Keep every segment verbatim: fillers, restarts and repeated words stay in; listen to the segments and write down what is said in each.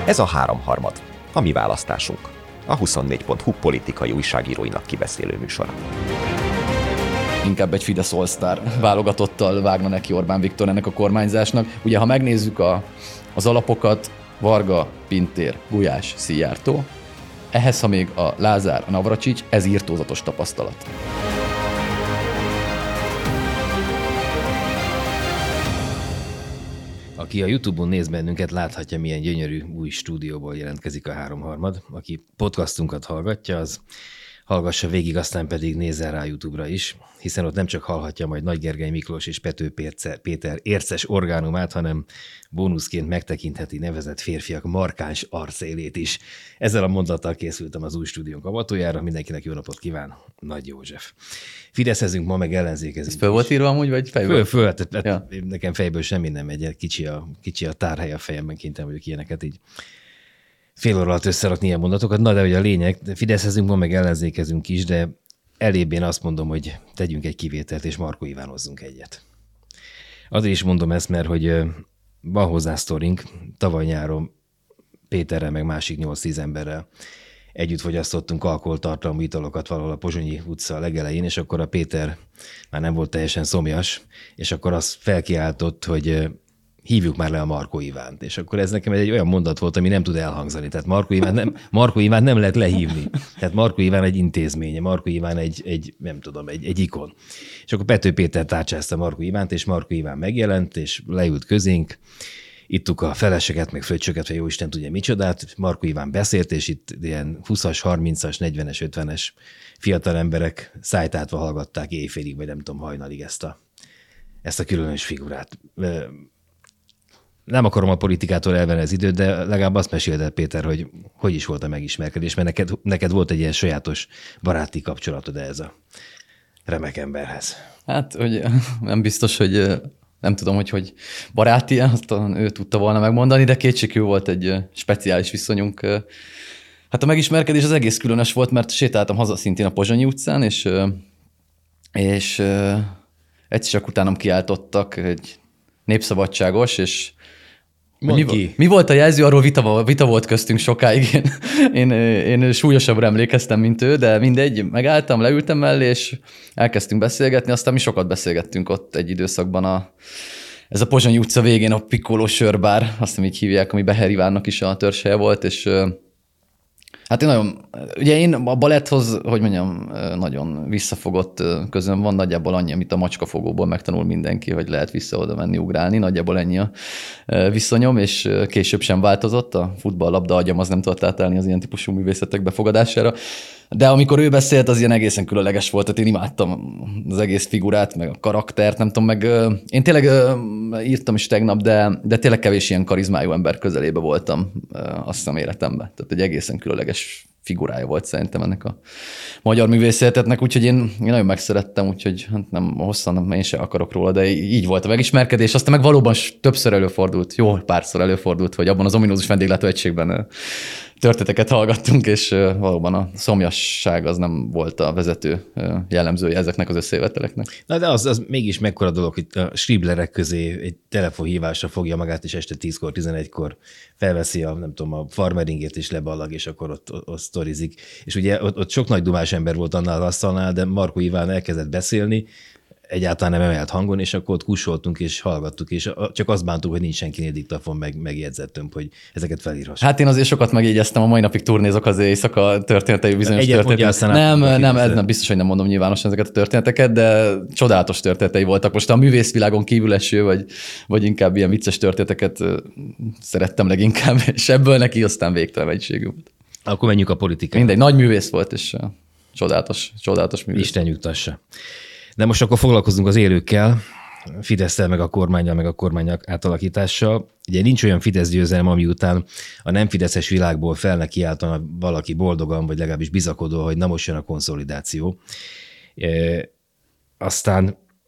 Ez a háromharmad, a mi választásunk, a huszonnégy pont hu politikai újságíróinak kibeszélő műsora. Inkább egy Fidesz All-Star válogatottal vágna neki Orbán Viktor ennek a kormányzásnak. Ugye, ha megnézzük a, az alapokat, Varga, Pintér, Gulyás, Szijjártó, ehhez, ha még a Lázár, a Navracsics, ez irtózatos tapasztalat. Aki a YouTube-on néz bennünket, láthatja, milyen gyönyörű új stúdióból jelentkezik a háromharmad. Aki podcastunkat hallgatja, az hallgassa végig, aztán pedig nézzen rá YouTube-ra is, hiszen ott nem csak hallhatja majd Nagy Gergely Miklós és Pető Péter érces orgánumát, hanem bónuszként megtekintheti nevezett férfiak markáns arcélét is. Ezzel a mondattal készültem az új stúdiónk avatójára. Mindenkinek jó napot kíván, Nagy József. Fideszezünk ma, meg ellenzékezünk. Ez föl volt írva amúgy, vagy fejből? Föl, föl. Tehát, ja. Nekem fejből semmi nem megy, kicsi a, kicsi a tárhely a fejemben, kénytelen vagyok ilyeneket így fél óra alatt összerakni ilyen mondatokat. Na, de hogy a lényeg, Fideszezünk ma, meg ellenzékezünk is, de elébb én azt mondom, hogy tegyünk egy kivételt, és Markó Ivánozzunk egyet. Azért is mondom ezt, mert hogy van hozzá sztorink, tavaly nyáron Péterrel, meg másik nyolc-tíz emberrel együtt fogyasztottunk alkoholtartalmú italokat valahol a Pozsonyi utca legelején, és akkor a Péter már nem volt teljesen szomjas, és akkor az felkiáltott, hogy hívjuk már le a Markó Ivánt. És akkor ez nekem egy olyan mondat volt, ami nem tud elhangzani. Tehát Markó Ivánt nem, Markó Ivánt nem lehet lehívni. Tehát Markó Iván egy intézménye, Markó Iván egy, egy nem tudom, egy, egy ikon. És akkor Pető Péter tárcsázta Markó Ivánt, és Markó Iván megjelent, és leült közénk. Ittuk a feleseket, meg fröccsöket, vagy jó Isten tudja micsodát. Markó Iván beszélt, és itt ilyen húszas, harmincas, negyvenes, ötvenes fiatal emberek szájtátva hallgatták éjfélig, vagy nem tudom, hajnalig ezt a, ezt a különös figurát. Nem akarom a politikától elvenni az időt, de legalább azt mesélte Péter, hogy hogy is volt a megismerkedés, mert neked, neked volt egy ilyen sajátos baráti kapcsolatod ez a remek emberhez. Hát, hogy nem biztos, hogy nem tudom, hogy, hogy baráti, azt ő tudta volna megmondani, de kétségkívül volt egy speciális viszonyunk. Hát a megismerkedés az egész különös volt, mert sétáltam haza szintén a Pozsonyi utcán, és, és egyszer csak utánam kiáltottak egy népszabadságos, és mi, mi volt a jelző, arról vita, vita volt köztünk sokáig. Én, én, én súlyosabbra emlékeztem, mint ő, de mindegy, megálltam, leültem mellé, és elkezdtünk beszélgetni, aztán mi sokat beszélgettünk ott egy időszakban. A, ez a Pozsonyi utca végén a Piccolo sörbár, azt így hívják, ami Beher Ivánnak is a törzshelye volt, és hát én nagyon, ugye én a baletthoz, hogy mondjam, nagyon visszafogott közöm van, nagyjából annyi, amit a macskafogóból megtanul mindenki, hogy lehet vissza oda menni, ugrálni, nagyjából ennyi a viszonyom, és később sem változott, a futball-labda agyam az nem tudott átállni az ilyen típusú művészetek befogadására. De amikor ő beszélt, az ilyen egészen különleges volt, tehát én imádtam az egész figurát, meg a karaktert, nem tudom, meg én tényleg írtam is tegnap, de, de tényleg kevés ilyen karizmájú ember közelébe voltam, azt hiszem életemben. Tehát egy egészen különleges figurája volt szerintem ennek a magyar művészetetnek, úgyhogy én, én nagyon megszerettem, úgyhogy nem hosszan nem, én se akarok róla, de így volt a megismerkedés. Aztán meg valóban többször előfordult, jó párszor előfordult, hogy abban az ominózus vendéglátóegységben történeteket hallgattunk, és valóban a szomjasság az nem volt a vezető jellemzője ezeknek az összejöveteleknek. Na de az, az mégis mekkora dolog, hogy a striblerek közé egy telefonhívásra fogja magát, és este tízkor, tizenegykor felveszi a, nem tudom, a farmeringét és leballag, és akkor ott, ott, ott sztorizik. És ugye ott, ott sok nagy dumás ember volt annál az asztalnál, de Markó Iván elkezdett beszélni, egyáltalán nem emelt hangon, és akkor ott kussoltunk, és hallgattuk, és csak azt bántuk, hogy nincs senkinél diktafon, meg, meg jegyzettömb, hogy ezeket felírhassuk. Hát én azért sokat megjegyeztem, a mai napig turnézok az éjszaka történetei, bizonyos történetek. Nem, nem, nem, nem, biztos, hogy nem mondom nyilvánosan ezeket a történeteket, de csodálatos történetei voltak. Most a művészvilágon kívül eső, vagy, vagy inkább ilyen vicces történeteket szerettem leginkább, és ebből neki aztán végtelen mennyiségű. Akkor menjünk a politikára. Mindegy, nagy művész volt, és csodálatos, csodálatos művész. Isten nyugtassa. De most akkor foglalkozunk az élőkkel, Fidesszel, meg a kormánnyal, meg a kormány átalakítással. Ugye nincs olyan Fidesz győzelem, ami után a nem fideszes világból fel ne kiáltana valaki boldogan, vagy legalábbis bizakodó, hogy na most jön a konszolidáció. E, aztán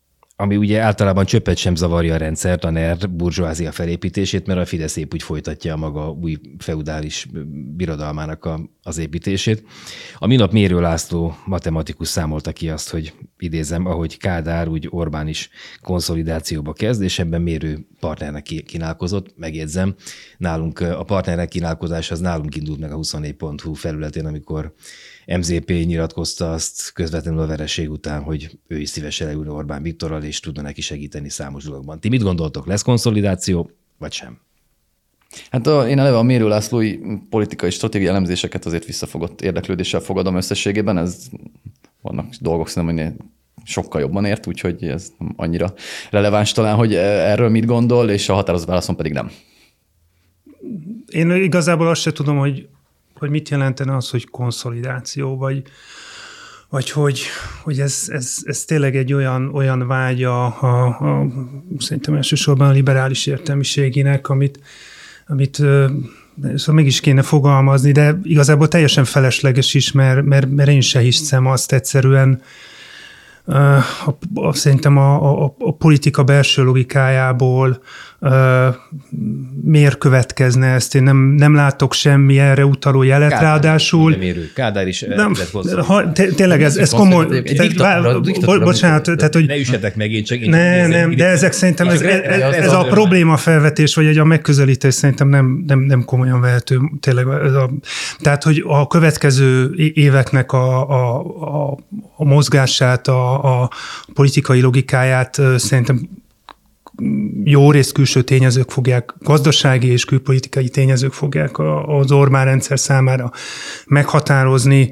ami ugye általában csöppet sem zavarja a rendszert, a NER burzsóázia felépítését, mert a Fidesz épp úgy folytatja a maga új feudális birodalmának a, az építését. A minap Mérő László matematikus számolta ki azt, hogy idézem, ahogy Kádár, úgy Orbán is konszolidációba kezd, és ebben Mérő partnernek kínálkozott, megjegyzem, nálunk a partnernek kínálkozás az nálunk indult meg a huszonnégy pont hu felületén, amikor em zé pé nyilatkozta azt közvetlenül a vereség után, hogy ő is szívesen leülne Orbán Viktorral, és tudna neki segíteni számos dologban. Ti mit gondoltok, lesz konszolidáció, vagy sem? Hát a, én eleve a Mérő Lászlói politikai stratégiai elemzéseket azért visszafogott érdeklődéssel fogadom összességében. Ez vannak dolgok szerintem, hogy sokkal jobban ért, úgyhogy ez nem annyira releváns talán, hogy erről mit gondol, és a határozott válaszom pedig nem. Én igazából azt sem tudom, hogy hogy mit jelentene az, hogy konszolidáció, vagy, vagy hogy, hogy ez, ez, ez tényleg egy olyan, olyan vágya a, a, szerintem elsősorban a liberális értelmiségének, amit, amit szóval meg is kéne fogalmazni, de igazából teljesen felesleges is, mert, mert, mert én se hiszem azt egyszerűen, A, a, szerintem a, a, a politika belső logikájából a, miért következne ezt? Én nem, nem látok semmi erre utaló jelet, Kádár, ráadásul... Nem érő. Kádár is nem, ha, tényleg ez, ez komoly... Bocsánat, tehát hogy... Ne üssetek meg, én csak... Én ne, nem, nem, de ezek szerintem ez, ez, ez, ez a probléma felvetés, vagy egy a megközelítés szerintem nem, nem, nem komolyan vehető. Tényleg ez a, tehát, hogy a következő éveknek a, a, a, a mozgását, a a politikai logikáját szerintem jó rész külső tényezők fogják, gazdasági és külpolitikai tényezők fogják az Orbán rendszer számára meghatározni.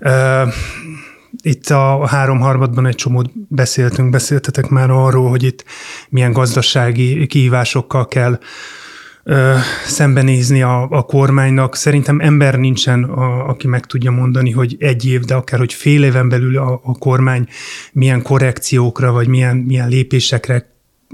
Itt a háromharmadban egy csomót beszéltünk, beszéltetek már arról, hogy itt milyen gazdasági kihívásokkal kell szembenézni a, a kormánynak. Szerintem ember nincsen, a, aki meg tudja mondani, hogy egy év, de akár, hogy fél éven belül a, a kormány milyen korrekciókra, vagy milyen, milyen lépésekre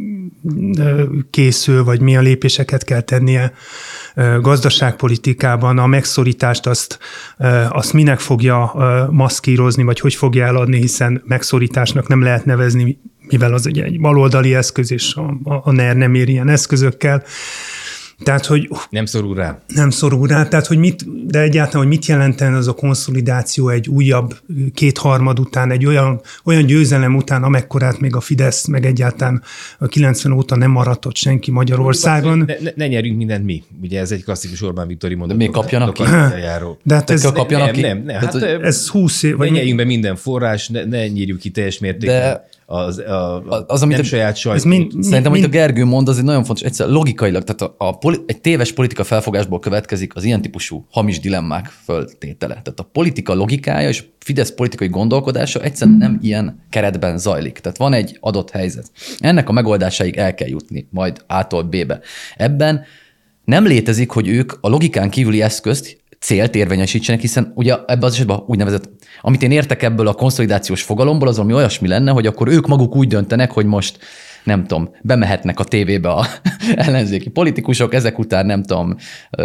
készül, vagy milyen lépéseket kell tennie gazdaságpolitikában. A megszorítást azt, azt minek fogja maszkírozni, vagy hogy fogja eladni, hiszen megszorításnak nem lehet nevezni, mivel az ugye egy baloldali eszköz, és a, a NER nem ér ilyen eszközökkel. Tehát, hogy nem szorul rá. Nem szorul rá, tehát, hogy mit, de egyáltalán, hogy mit jelenten az a konszolidáció egy újabb kétharmad után, egy olyan, olyan győzelem után, amekkorát még a Fidesz, meg egyáltalán a kilencven óta nem maradt senki Magyarországon. Ne, ne, ne nyerjünk mindent mi. Ugye ez egy klasszikus Orbán Viktori mondat. De még kapjanak ki? De hát ez, kapjanak nem, ki? nem, nem, hát ez húsz év. Ne nyerjünk be minden forrás, ne, ne nyírjuk ki teljes mértékben. De az, a, a, az, amit nem a, saját sajtó. Mind, Szerintem, mind, amit a Gergő mond, az egy nagyon fontos, egyszer logikailag, tehát a, a poli, egy téves politika felfogásból következik az ilyen típusú hamis dilemmák föltétele. Tehát a politika logikája és Fidesz politikai gondolkodása egyszerűen nem ilyen keretben zajlik. Tehát van egy adott helyzet. Ennek a megoldásáig el kell jutni, majd A-tól B-be. Ebben nem létezik, hogy ők a logikán kívüli eszközt, célt érvényesítsenek, hiszen ugye ebben az esetben úgynevezett, amit én értek ebből a konszolidációs fogalomból, az valami olyasmi lenne, hogy akkor ők maguk úgy döntenek, hogy most nem tudom, bemehetnek a tévébe a ellenzéki politikusok, ezek után nem tudom,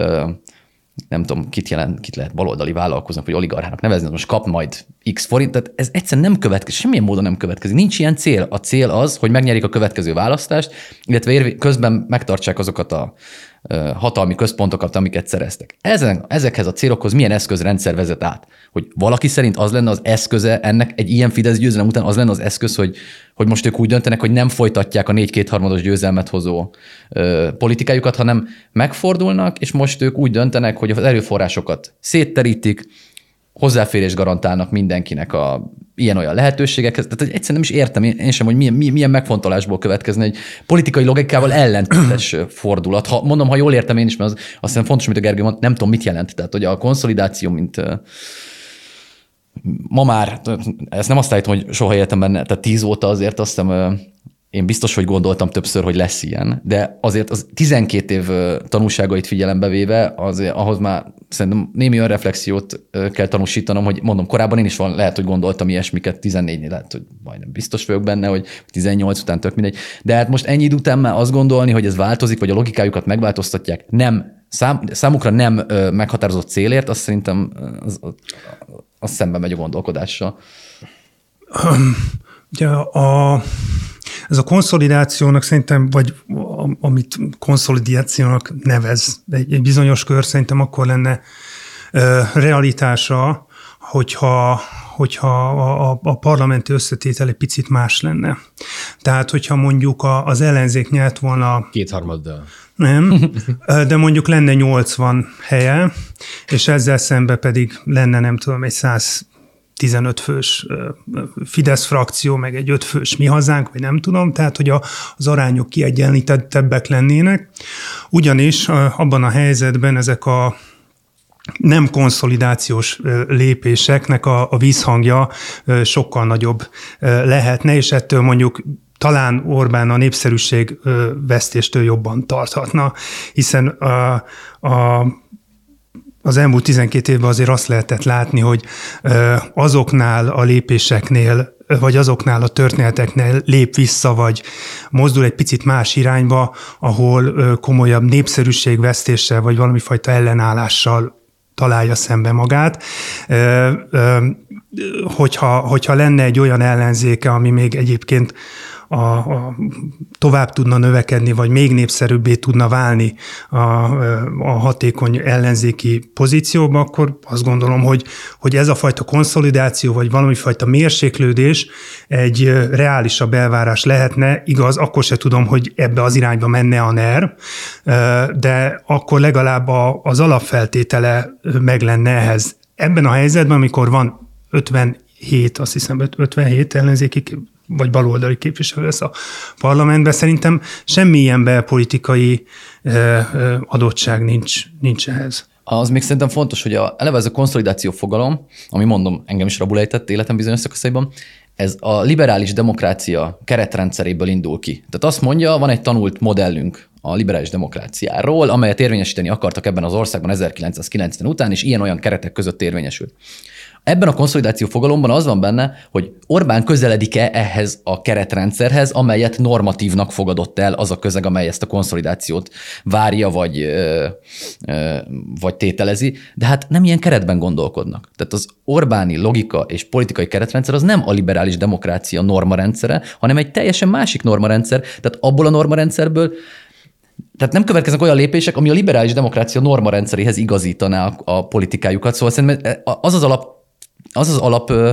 nem tudom, kit, jelent, kit lehet baloldali vállalkozónak, vagy oligarchának nevezni, most kap majd X forint, tehát ez egyszerűen nem következik, semmilyen módon nem következik. Nincs ilyen cél. A cél az, hogy megnyerik a következő választást, illetve közben megtartsák azokat a hatalmi központokat, amiket szereztek. Ezen, ezekhez a célokhoz milyen eszközrendszer vezet át? Hogy valaki szerint az lenne az eszköze ennek, egy ilyen Fidesz győzelem után az lenne az eszköz, hogy, hogy most ők úgy döntenek, hogy nem folytatják a négy kétharmados győzelmet hozó ö, politikájukat, hanem megfordulnak, és most ők úgy döntenek, hogy az erőforrásokat szétterítik, hozzáférés garantálnak mindenkinek a ilyen-olyan lehetőségekhez. Tehát egyszerűen nem is értem én sem, hogy milyen, milyen megfontolásból következne egy politikai logikával ellentétes fordulat. Ha, mondom, ha jól értem én is, mert az, azt hiszem fontos, amit a Gergő mondta, nem tudom, mit jelent. Tehát, hogy a konszolidáció, mint ma már, ezt nem azt állítom, hogy soha éltem benne, tehát tíz óta azért azt hiszem, én biztos, hogy gondoltam többször, hogy lesz ilyen, de azért az tizenkét év tanulságait figyelembe véve, azért ahhoz már szerintem némi önreflexiót kell tanúsítanom, hogy mondom, korábban én is van, lehet, hogy gondoltam ilyesmiket, tizennégynél lehet, hogy majdnem biztos vagyok benne, hogy tizennyolc után tök mindegy. De hát most ennyi idő után már azt gondolni, hogy ez változik, vagy a logikájukat megváltoztatják, nem, szám, számukra nem meghatározott célért, azt szerintem az, az szembe megy a gondolkodással. Ugye a, ez a konszolidációnak szerintem, vagy amit konszolidációnak nevez egy, egy bizonyos kör, szerintem akkor lenne ö, realitása, hogyha, hogyha a, a parlamenti összetétel egy picit más lenne. Tehát, hogyha mondjuk a, az ellenzék nyert volna... Kétharmaddal. Nem, de mondjuk lenne nyolcvan helye, és ezzel szemben pedig lenne, nem tudom, egy száz tizenöt fős Fidesz frakció, meg egy öt fős Mi Hazánk, vagy nem tudom, tehát, hogy a, az arányok kiegyenlítettebbek lennének. Ugyanis abban a helyzetben ezek a nem konszolidációs lépéseknek a, a vízhangja sokkal nagyobb lehetne, és ettől mondjuk talán Orbán a népszerűség vesztéstől jobban tarthatna, hiszen a, a az elmúlt tizenkét évben azért azt lehetett látni, hogy azoknál a lépéseknél, vagy azoknál a történeteknél lép vissza, vagy mozdul egy picit más irányba, ahol komolyabb népszerűségvesztéssel, vagy valami fajta ellenállással találja szembe magát. Hogyha, hogyha lenne egy olyan ellenzéke, ami még egyébként A, a, tovább tudna növekedni, vagy még népszerűbbé tudna válni a, a hatékony ellenzéki pozícióba, akkor azt gondolom, hogy, hogy ez a fajta konszolidáció, vagy valami fajta mérséklődés egy reálisabb elvárás lehetne. Igaz, akkor se tudom, hogy ebbe az irányba menne a NER, de akkor legalább az alapfeltétele meg lenne ehhez. Ebben a helyzetben, amikor van ötvenhét, azt hiszem ötvenhét ellenzéki vagy baloldali képviselő lesz a parlamentben, szerintem semmilyen belpolitikai adottság nincs, nincs ehhez. Az még szerintem fontos, hogy a, eleve ez a konszolidáció fogalom, ami mondom, engem is rabul ejtett életem bizonyos szakaszaiban, ez a liberális demokrácia keretrendszeréből indul ki. Tehát azt mondja, van egy tanult modellünk a liberális demokráciáról, amelyet érvényesíteni akartak ebben az országban ezerkilencszázkilencven után, és ilyen-olyan keretek között érvényesült. Ebben a konszolidáció fogalomban az van benne, hogy Orbán közeledik-e ehhez a keretrendszerhez, amelyet normatívnak fogadott el az a közeg, amely ezt a konszolidációt várja, vagy, ö, ö, vagy tételezi, de hát nem ilyen keretben gondolkodnak. Tehát az Orbáni logika és politikai keretrendszer az nem a liberális demokrácia normarendszere, hanem egy teljesen másik normarendszer, tehát abból a normarendszerből Tehát nem következnek olyan lépések, ami a liberális demokrácia normarendszeréhez igazítaná a, a politikájukat. Szóval szerintem az az alap, az az alap ö,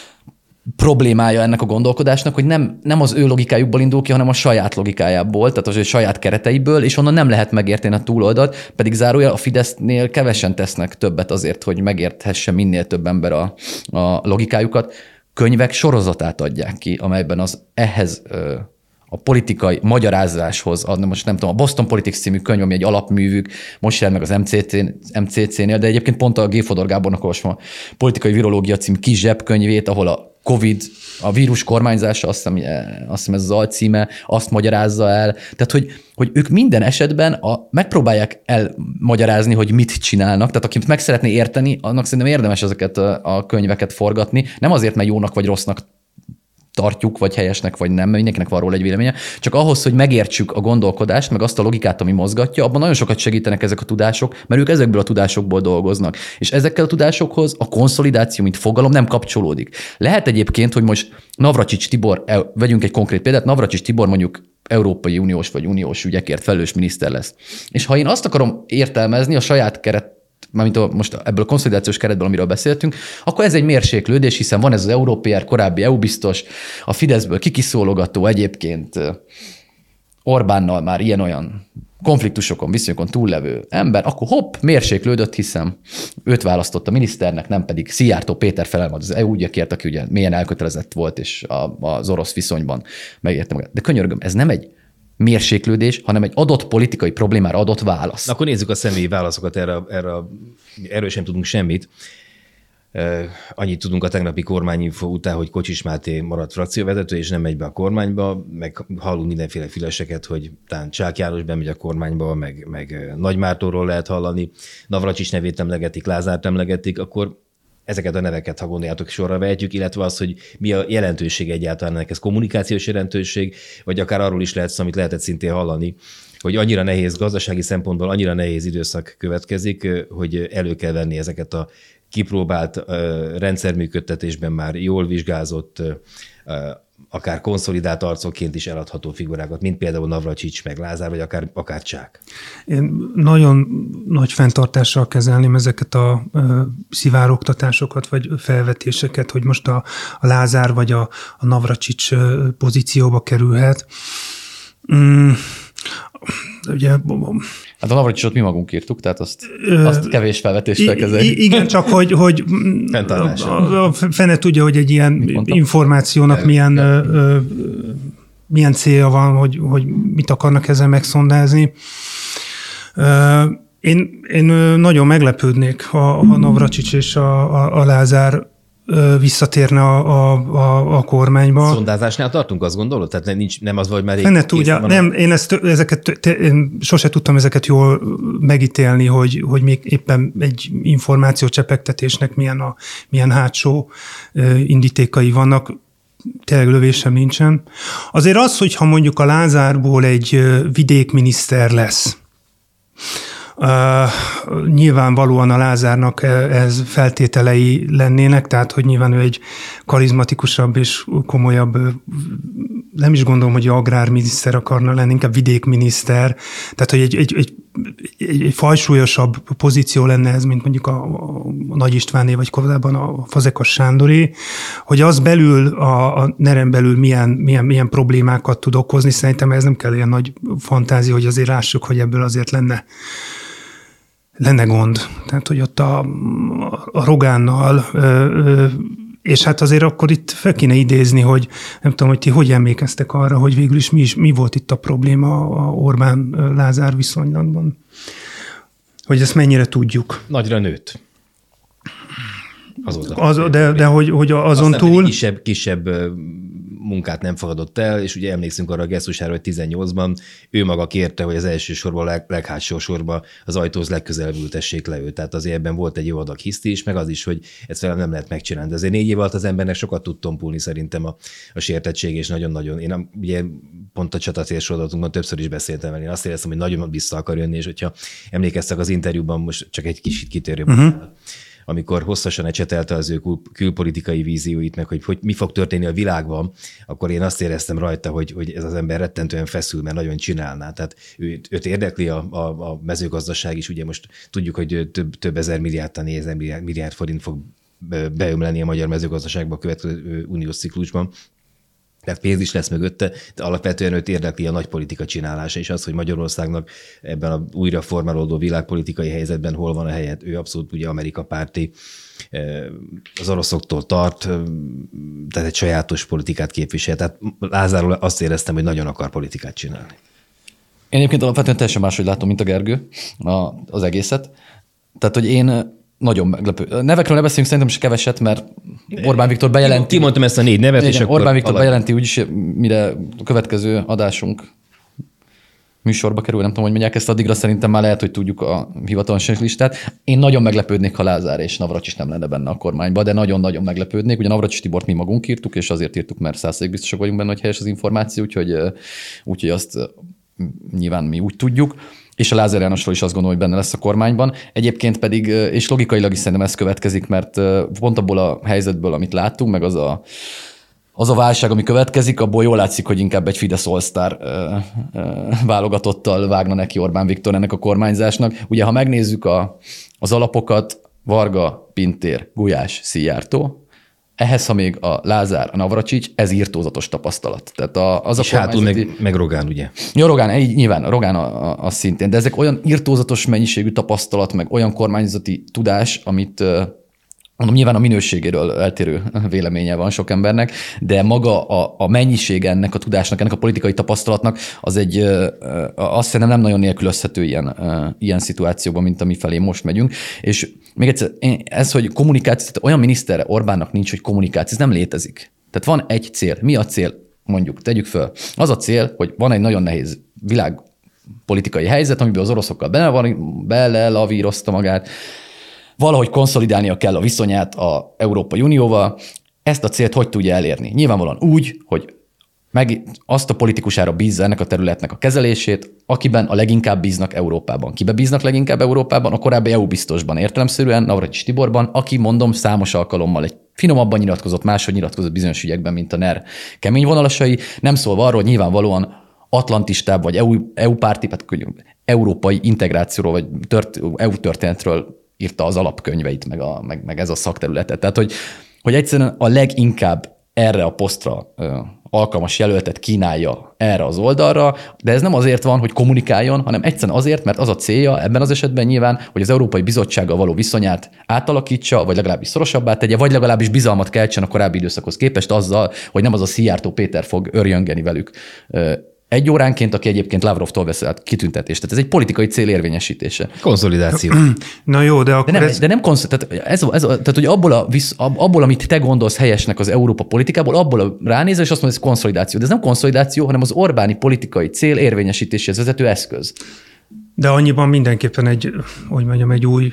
problémája ennek a gondolkodásnak, hogy nem, nem az ő logikájukból indul ki, hanem a saját logikájából, tehát az ő saját kereteiből, és onnan nem lehet megérteni a túloldalt, pedig zárójel a Fidesznél kevesen tesznek többet azért, hogy megérthesse minél több ember a, a logikájukat. Könyvek sorozatát adják ki, amelyben az ehhez ö, a politikai magyarázáshoz, most nem tudom, a Boston Politics című könyv, ami egy alapművük, most jel meg az em cé cé-nél, de egyébként pont a G. Fodor Gábornak olvasom a Politikai Virológia című kis zsebkönyvét, ahol a Covid, a vírus kormányzása, azt hiszem, azt hiszem ez az alcíme, azt magyarázza el. Tehát, hogy, hogy ők minden esetben a, megpróbálják elmagyarázni, hogy mit csinálnak. Tehát akit meg szeretné érteni, annak szerintem érdemes ezeket a, a könyveket forgatni. Nem azért, mert jónak vagy rossznak tartjuk, vagy helyesnek, vagy nem, mert mindenkinek van róla egy véleménye, csak ahhoz, hogy megértsük a gondolkodást, meg azt a logikát, ami mozgatja, abban nagyon sokat segítenek ezek a tudások, mert ők ezekből a tudásokból dolgoznak. És ezekkel a tudásokhoz a konszolidáció, mint fogalom nem kapcsolódik. Lehet egyébként, hogy most Navracsics Tibor, vegyünk egy konkrét példát, Navracsics Tibor mondjuk Európai Uniós vagy uniós ügyekért felelős miniszter lesz. És ha én azt akarom értelmezni a saját keret mármint a, most ebből a konszolidációs keretből, amiről beszéltünk, akkor ez egy mérséklődés, hiszen van ez az Európér, korábbi é u-biztos, a Fideszből kikiszólogató egyébként Orbánnal már ilyen-olyan konfliktusokon, viszonyokon túllevő ember, akkor hopp, mérséklődött, hiszen őt választotta miniszternek, nem pedig Szijjártó Péter felel majd az é u ügyekért, aki ugye mélyen elkötelezett volt, és a, az orosz viszonyban megérte magát. De könyörgöm, ez nem egy mérséklődés, hanem egy adott politikai problémára adott válasz. Na, akkor nézzük a személyi válaszokat erre, erre erről sem tudunk semmit. Annyit tudunk a tegnapi kormányinfo után, hogy Kocsis Máté maradt frakcióvezető, és nem megy be a kormányba, meg hallunk mindenféle füleseket, hogy talán Csák János bemegy a kormányba, meg, meg Nagy Mártonról lehet hallani, Navracsics nevét emlegetik, Lázárt emlegetik, akkor ezeket a neveket, ha gondoljátok, sorra vehetjük, illetve az, hogy mi a jelentőség egyáltalán ennek, ez kommunikációs jelentőség, vagy akár arról is lehet, amit lehetett szintén hallani, hogy annyira nehéz, gazdasági szempontból annyira nehéz időszak következik, hogy elő kell venni ezeket a kipróbált rendszerműködtetésben már jól vizsgázott akár konszolidált arcokként is eladható figurákat, mint például Navracsics meg Lázár, vagy akár, akár Csák? Én nagyon nagy fenntartással kezelném ezeket a ö, szivárogtatásokat, vagy felvetéseket, hogy most a, a Lázár vagy a, a Navracsics pozícióba kerülhet. Mm, ugye... Hát a Navracsicsot mi magunk írtuk, tehát azt, azt kevés felvetéssel kezeljük. Igen, csak hogy, hogy a, a fene tudja, hogy egy ilyen információnak milyen, ö, ö, milyen célja van, hogy, hogy mit akarnak ezzel megszondázni. Ö, én, én nagyon meglepődnék, ha a Navracsics és a, a, a Lázár visszatérne a, a, a kormányba. Szondázásnál tartunk, azt gondolod? Tehát nincs, nem az vagy már... Ne tudja, nem, én, ezt, ezeket, te, én sose tudtam ezeket jól megítélni, hogy, hogy még éppen egy információcsepegtetésnek milyen, a, milyen hátsó indítékai vannak. Tényleg lövésem nincsen. Azért az, hogyha mondjuk a Lázárból egy vidékminiszter lesz, Uh, nyilvánvalóan a Lázárnak ez feltételei lennének, tehát hogy nyilván ő egy karizmatikusabb és komolyabb, nem is gondolom, hogy agrárminiszter akarna lenni, inkább vidékminiszter, tehát hogy egy, egy, egy, egy, egy fajsúlyosabb pozíció lenne ez, mint mondjuk a, a Nagy Istváné, vagy korábban a Fazekas Sándoré, hogy az belül, a, a nerem belül milyen, milyen, milyen problémákat tud okozni, szerintem ez nem kell ilyen nagy fantázia, hogy azért lássuk, hogy ebből azért lenne lenne gond. Tehát, hogy ott a, a Rogánnal, és hát azért akkor itt fel kéne idézni, hogy nem tudom, hogy ti hogy emlékeztek arra, hogy végül is mi, is, mi volt itt a probléma a Orbán-Lázár viszonylatban. Hogy ezt mennyire tudjuk. Nagyra nőtt. Azóta. Az, de, de hogy, hogy azon aztán túl... Kisebb, kisebb munkát nem fogadott el, és ugye emlékszünk arra a gesztusára, hogy tizennyolcban ő maga kérte, hogy az első sorban, leg, leghátsó sorban az ajtóhoz legközelebb ültessék le őt. Tehát azért ebben volt egy jó adag hiszti is, meg az is, hogy ezt velem nem lehet megcsinálni. De azért négy év alatt az embernek sokat tud tompulni szerintem a, a sértettség, és nagyon-nagyon. Én ugye pont a csatatérsodatunkban többször is beszéltem el. Én azt éreztem, hogy nagyon vissza akar jönni, és hogyha emlékeztek az interjúban, most csak egy kicsit kitérő, uh-huh. amikor hosszasan ecsetelte az ő kül- külpolitikai vízióit, meg hogy, hogy mi fog történni a világban, akkor én azt éreztem rajta, hogy, hogy ez az ember rettentően feszül, mert nagyon csinálná. Tehát ő, őt érdekli a, a, a mezőgazdaság is, ugye most tudjuk, hogy több, több ezer milliárd, talán ezer milliárd, milliárd forint fog beömleni a magyar mezőgazdaságba a következő uniós ciklusban. Tehát pénz is lesz mögötte, de alapvetően őt érdekli a nagy politika csinálása, és az, hogy Magyarországnak ebben a újra formálódó világpolitikai helyzetben hol van a helye. Ő abszolút ugye Amerika párti, az oroszoktól tart, tehát egy sajátos politikát képvisel. Tehát Lázárról azt éreztem, hogy nagyon akar politikát csinálni. Én egyébként alapvetően teljesen máshogy látom, mint a Gergő az egészet. Tehát, hogy én nagyon meglepő. Nevekről ne beszélünk szerintem is keveset, mert Orbán Viktor bejelenti. Kimondtam ezt a négy nevet, igen, és akkor... Orbán Viktor alap... bejelenti úgyis, mire a következő adásunk műsorba kerül, nem tudom, hogy mondják ezt, addigra szerintem már lehet, hogy tudjuk a hivatalos listát. Én nagyon meglepődnék, ha Lázár és Navracsics nem lenne benne a kormányba, de nagyon-nagyon meglepődnék. Ugye Navracsics Tibort mi magunk írtuk, és azért írtuk, mert száz százalékig biztosak vagyunk benne, hogy helyes az információ, úgyhogy, úgyhogy azt nyilván mi úgy tudjuk. És a Lázár Jánosról is azt gondolom, hogy benne lesz a kormányban. Egyébként pedig, és logikailag is szerintem ez következik, mert pont abból a helyzetből, amit láttunk, meg az a, az a válság, ami következik, abból jól látszik, hogy inkább egy Fidesz All-Star válogatottal vágna neki Orbán Viktor ennek a kormányzásnak. Ugye, ha megnézzük a, az alapokat, Varga, Pintér, Gulyás, Szijjártó, ehhez, ha még a Lázár, a Navracsics, ez írtózatos tapasztalat. Tehát a, az és a hátul meg, meg Rogán, ugye? Ja, Rogán, így nyilván, Rogán a, a, a szintén, de ezek olyan írtózatos mennyiségű tapasztalat, meg olyan kormányzati tudás, amit mondom, nyilván a minőségéről eltérő véleménye van sok embernek, de maga a, a mennyiség ennek a tudásnak, ennek a politikai tapasztalatnak, az egy, azt szerintem nem nagyon nélkülözhető ilyen, ilyen szituációban, mint ami felé most megyünk. És még egyszer, ez, hogy kommunikáció, tehát olyan miniszterre Orbánnak nincs, hogy kommunikáció, ez nem létezik. Tehát van egy cél. Mi a cél? Mondjuk, tegyük föl. Az a cél, hogy van egy nagyon nehéz világpolitikai helyzet, amiben az oroszokkal bele, bele lavírozta magát, valahogy konszolidálnia kell a viszonyát az Európai Unióval. Ezt a célt hogy tudja elérni? Nyilvánvalóan úgy, hogy meg azt a politikusára bízza ennek a területnek a kezelését, akiben a leginkább bíznak Európában. Kibe bíznak leginkább Európában? A korábbi é u biztosban, értelemszerűen Navracsics Tiborban, aki, mondom, számos alkalommal egy finomabban nyilatkozott, máshogy nyilatkozott bizonyos ügyekben, mint a NER kemény vonalasai, nem szólva arról, hogy nyilvánvalóan atlantistább, vagy é u párti, hát európai integrációról, vagy tört, é u történetről írta az alapkönyveit, meg, a, meg, meg ez a szakterületet. Tehát, hogy, hogy egyszerűen a leginkább erre a posztra ö, alkalmas jelöltet kínálja erre az oldalra, de ez nem azért van, hogy kommunikáljon, hanem egyszerűen azért, mert az a célja ebben az esetben nyilván, hogy az Európai Bizottsággal való viszonyát átalakítsa, vagy legalábbis szorosabbá tegye, vagy legalábbis bizalmat keltsen a korábbi időszakhoz képest azzal, hogy nem az a Szijjártó Péter fog örjöngeni velük egy óránként, aki egyébként Lavrovtól vesz át kitüntetést. Tehát ez egy politikai cél érvényesítése. Konszolidáció. Na jó, de akkor de nem, ez... De nem konsz... tehát, ez, ez, tehát hogy abból, a, abból, amit te gondolsz helyesnek az Európa politikából, abból ránézel, és azt mondod, hogy ez konszolidáció. De ez nem konszolidáció, hanem az Orbáni politikai cél érvényesítéséhez vezető eszköz. De annyiban mindenképpen egy, hogy mondjam, egy új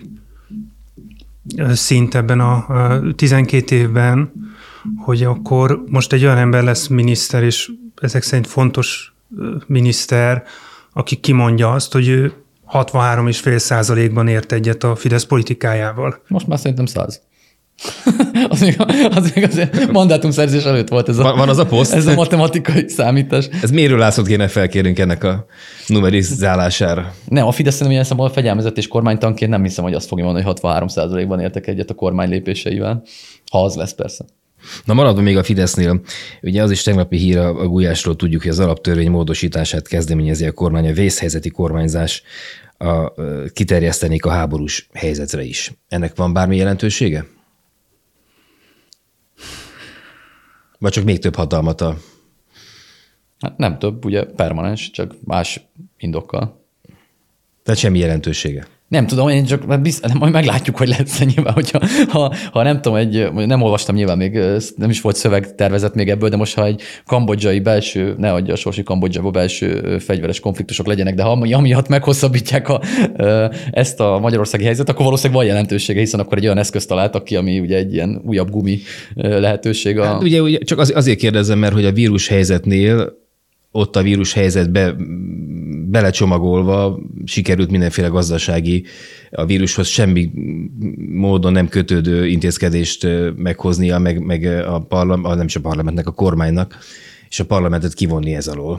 szint ebben a tizenkét évben, hogy akkor most egy olyan ember lesz miniszter, és ezek szerint fontos miniszter, aki kimondja azt, hogy ő hatvanhárom egész öt százalékban ért egyet a Fidesz politikájával. Most már szerintem száz. az még, az még azért mandátumszerzés előtt volt ez a, van, van az a poszt? Ez a matematikai számítás. Ez Mérő Lászlót kéne felkérnünk ennek a numerizálására. Nem, a Fidesz szerintem ilyen szemben fegyelmezett és kormánytanként nem hiszem, hogy azt fogja mondani, hogy hatvanhárom százalékban értek egyet a kormány lépéseivel. Ha az lesz persze. Na maradva még a Fidesznél, ugye az is tegnapi hír a Gulyásról, tudjuk, hogy az alaptörvény módosítását kezdeményezi a kormány, a vészhelyzeti kormányzás a, kiterjesztenék a háborús helyzetre is. Ennek van bármi jelentősége? Vagy csak még több hatalmat a... Hát nem több, ugye permanens, csak más indokkal. Tehát semmi jelentősége. Nem tudom, én csak bizt, majd meglátjuk, hogy lesz nyilván, hogyha ha, ha nem tudom, egy, nem olvastam nyilván még, nem is volt szövegtervezet még ebből, de most ha egy kambodzsai belső, ne adja a sorsi Kambodzsába belső fegyveres konfliktusok legyenek, de ha amiatt meghosszabbítják a, ezt a magyarországi helyzetet, akkor valószínűleg van jelentősége, hiszen akkor egy olyan eszközt találtak ki, ami ugye egy ilyen újabb gumi lehetőség. A... Hát ugye, ugye csak az, azért kérdezem, mert hogy a vírus helyzetnél ott a vírus helyzetbe belecsomagolva sikerült mindenféle gazdasági, a vírushoz semmi módon nem kötődő intézkedést meghoznia, meg, meg a parlament, nem is a parlamentnek, a kormánynak, és a parlamentet kivonni ez alól.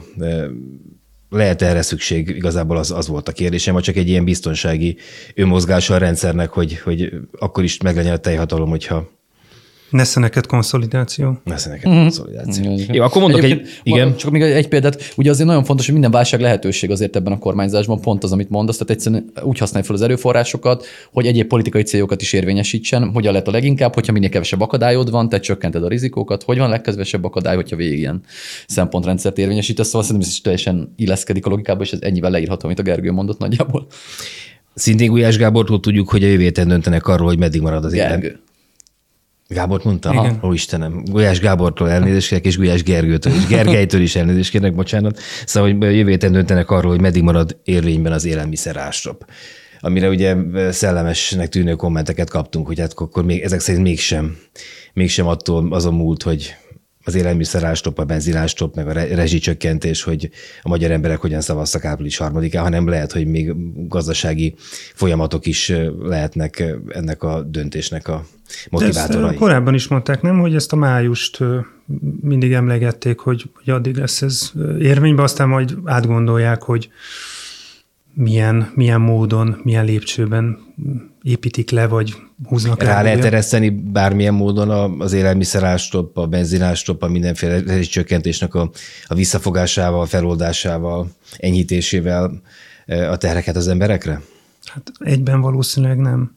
Lehet erre szükség? Igazából az, az volt a kérdésem, vagy csak egy ilyen biztonsági önmozgása a rendszernek, hogy, hogy akkor is meglegyen a teljhatalom, hogyha Nesze neked konszolidáció. Nesze neked konszolidáció. Mm. Jó, akkor mondok egy... Igen. Csak még egy példát. Ugye azért nagyon fontos, hogy minden válság lehetőség azért ebben a kormányzásban, pont az, amit mondasz, tehát egyszerűen úgy használj fel az erőforrásokat, hogy egyéb politikai céljokat is érvényesítsen, hogyan lehet a leginkább, hogyha minél kevesebb akadályod van, te csökkented a rizikókat, hogy van a legkevesebb akadály, hogyha végig ilyen szempontrendszert érvényesítesz, szóval szerintem ez is teljesen illeszkedik a logikába, és ez ennyivel leírható, amit a Gergő mondott nagyjából. Szintén Gulyás Gábortól tudjuk, hogy a jövő héten döntenek arról, hogy meddig marad az élet. Gergő. Gábort mondta? Ó, Istenem. Gulyás Gábortól elnézést kérek, és Gulyás Gergőtől is. Gergelytől is elnézést kérek, bocsánat. Szóval, hogy jövő héten döntenek arról, hogy meddig marad érvényben az élelmiszer ástop. Amire ugye szellemesnek tűnő kommenteket kaptunk, hogy hát akkor még, ezek szerint mégsem, mégsem attól azon múlt, hogy az élelmiszer ástop, a benzinástop, meg a rezsicsökkentés, hogy a magyar emberek hogyan szavaztak április harmadikán, hanem lehet, hogy még gazdasági folyamatok is lehetnek ennek a döntésnek a motivátorai. Ezt korábban is mondták, nem, hogy ezt a májust mindig emlegették, hogy, hogy addig lesz ez érvényben, aztán majd átgondolják, hogy milyen, milyen módon, milyen lépcsőben építik le, vagy húznak rá. Rá lehet ereszteni bármilyen módon az élelmiszerástop, a benzinástop, a mindenféle csökkentésnek a, a visszafogásával, feloldásával, enyhítésével a terheket az emberekre? Hát egyben valószínűleg nem.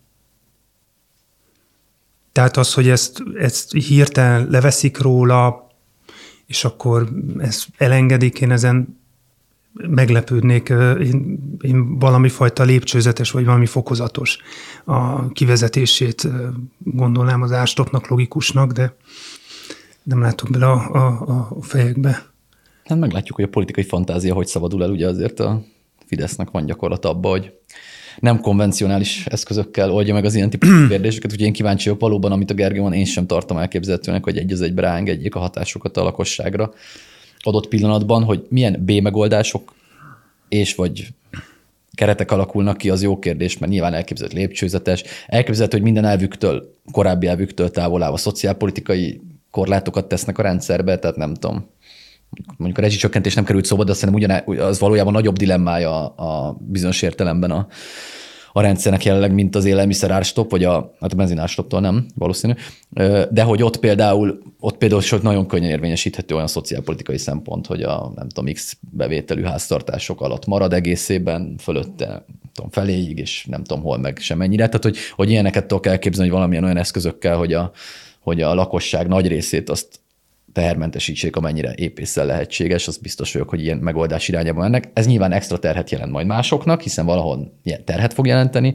Tehát az, hogy ezt, ezt hirtelen leveszik róla, és akkor ezt elengedik, én ezen meglepődnék, én, én valami fajta lépcsőzetes, vagy valami fokozatos a kivezetését gondolnám az ástopnak, logikusnak, de nem látok bele a, a, a fejekbe. Hát meglátjuk, hogy a politikai fantázia hogy szabadul el, ugye azért a Fidesznek van gyakorlat abba, hogy nem konvencionális eszközökkel oldja meg az ilyen típusú kérdéseket, úgyhogy én kíváncsi vagyok valóban, amit a Gergő van, én sem tartom elképzelhetőnek, hogy egy az egybe ráengedjék a hatásokat a lakosságra adott pillanatban, hogy milyen B megoldások és vagy keretek alakulnak ki, az jó kérdés, mert nyilván elképzelhető lépcsőzetes. Elképzelhető, hogy minden elvüktől, korábbi elvüktől távol állva szociálpolitikai korlátokat tesznek a rendszerbe, tehát nem tudom. Mondjuk a rezsicsökkentés nem került szóba, de azt szerintem ugyan, az valójában nagyobb dilemmája a bizonyos értelemben a, a rendszernek jelenleg, mint az élelmiszerárstop, vagy a, hát a benzinárstoptól nem, valószínű. De hogy ott például, ott például sok nagyon könnyen érvényesíthető olyan szociálpolitikai szempont, hogy a nem tudom, X bevételű háztartások alatt marad egészében, fölötte nem tudom, feléig, és nem tudom hol meg semennyire. Tehát, hogy, hogy ilyeneket tudok elképzelni, hogy valamilyen olyan eszközökkel, hogy a, hogy a lakosság nagy részét azt tehermentesítsék, amennyire épészel lehetséges, az biztos vagyok, hogy ilyen megoldás irányába mennek. Ez nyilván extra terhet jelent majd másoknak, hiszen valahol ilyen terhet fog jelenteni,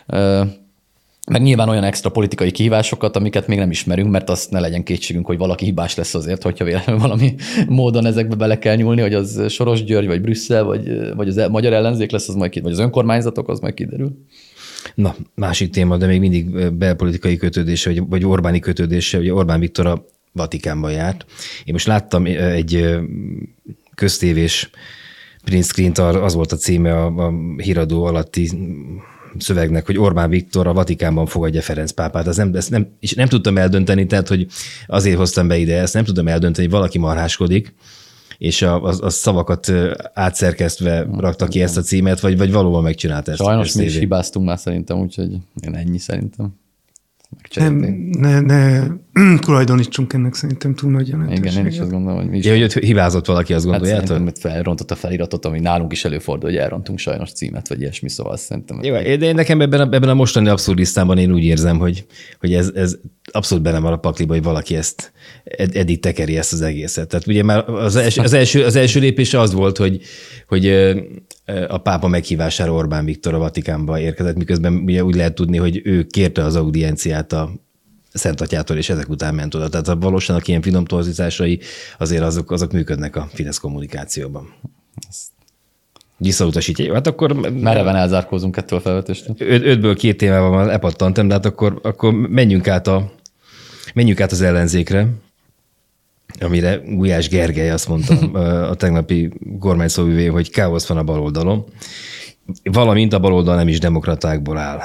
meg nyilván olyan extra politikai kihívásokat, amiket még nem ismerünk, mert azt ne legyen kétségünk, hogy valaki hibás lesz azért, hogyha véletlenül valami módon ezekbe bele kell nyúlni, hogy az Soros György, vagy Brüsszel, vagy, vagy az magyar ellenzék lesz, az majd kiderül, vagy az önkormányzatok, az majd kiderül. Na, másik téma, de még mindig belpolitikai kötődése, vagy, vagy Orbáni kötődése, ugye Orbán Viktor a Vatikánban járt. Én most láttam egy köztévés print screen-t, az volt a címe a, a híradó alatti szövegnek, hogy Orbán Viktor a Vatikánban fogadja Ferenc pápát. Az nem, ezt nem, és nem tudtam eldönteni, tehát hogy azért hoztam be ide, ezt nem tudtam eldönteni, hogy valaki marháskodik, és a, a, a szavakat átszerkesztve rakta ki ezt a címet, vagy, vagy valóban megcsinálta ezt. Sajnos mi is hibáztunk már szerintem, úgyhogy én ennyi szerintem. Nem, ne, ne tulajdonítsunk ennek szerintem túl nagy jelentőséget. Igen, én is azt gondolom, hogy mi is. Ja, hogy hibázott valaki, azt gondoljátok? Hát szerintem, hogy felrontott a feliratot, ami nálunk is előfordul, hogy elrontunk sajnos címet, vagy ilyesmi, szóval szerintem. Jó, de én nekem ebben a, ebben a mostani abszurdisztában én úgy érzem, hogy, hogy ez, ez abszolút benne van a pakliba, hogy valaki ezt ed, eddig tekeri ezt az egészet. Tehát ugye már az első, az első, az első lépés az volt, hogy, hogy a pápa meghívására Orbán Viktor a Vatikánba érkezett, miközben ugye úgy lehet tudni, hogy ő kérte az audienciát a Szent Atyától, és ezek után ment oda. Tehát valóságnak ilyen finom torzításai azért azok, azok működnek a Fidesz kommunikációban. Visszautasítja. Jó, hát akkor... Mereven elzárkózunk ettől a felvetéstől. Öt, ötből két témával már lepattantem, de hát akkor, akkor menjünk, át a, menjünk át az ellenzékre, amire Gulyás Gergely azt mondta a tegnapi kormányszóvivőjén, hogy káosz van a baloldalon, valamint a baloldal nem is demokratákból áll.